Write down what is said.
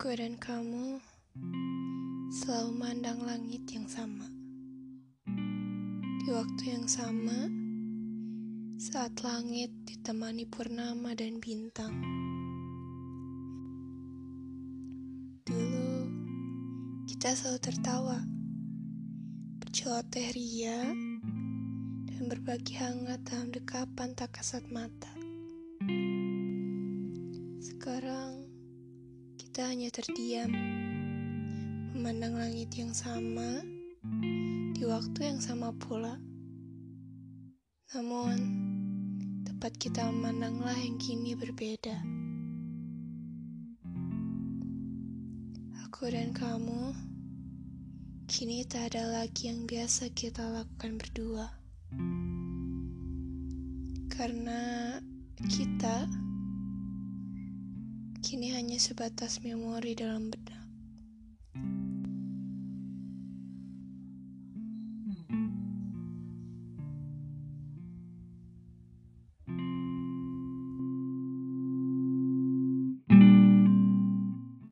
Aku dan kamu selalu memandang langit yang sama. Di waktu yang sama, saat langit ditemani purnama dan bintang. Dulu, kita selalu tertawa, berceloteh ria, dan berbagi hangat dalam dekapan tak kasat mata. Sekarang, kita hanya terdiam, memandang langit yang sama, di waktu yang sama pula. Namun, tempat kita memandanglah yang kini berbeda. Aku dan kamu, kini tak ada lagi yang biasa kita lakukan berdua. Karena kita kini hanya sebatas memori dalam benak.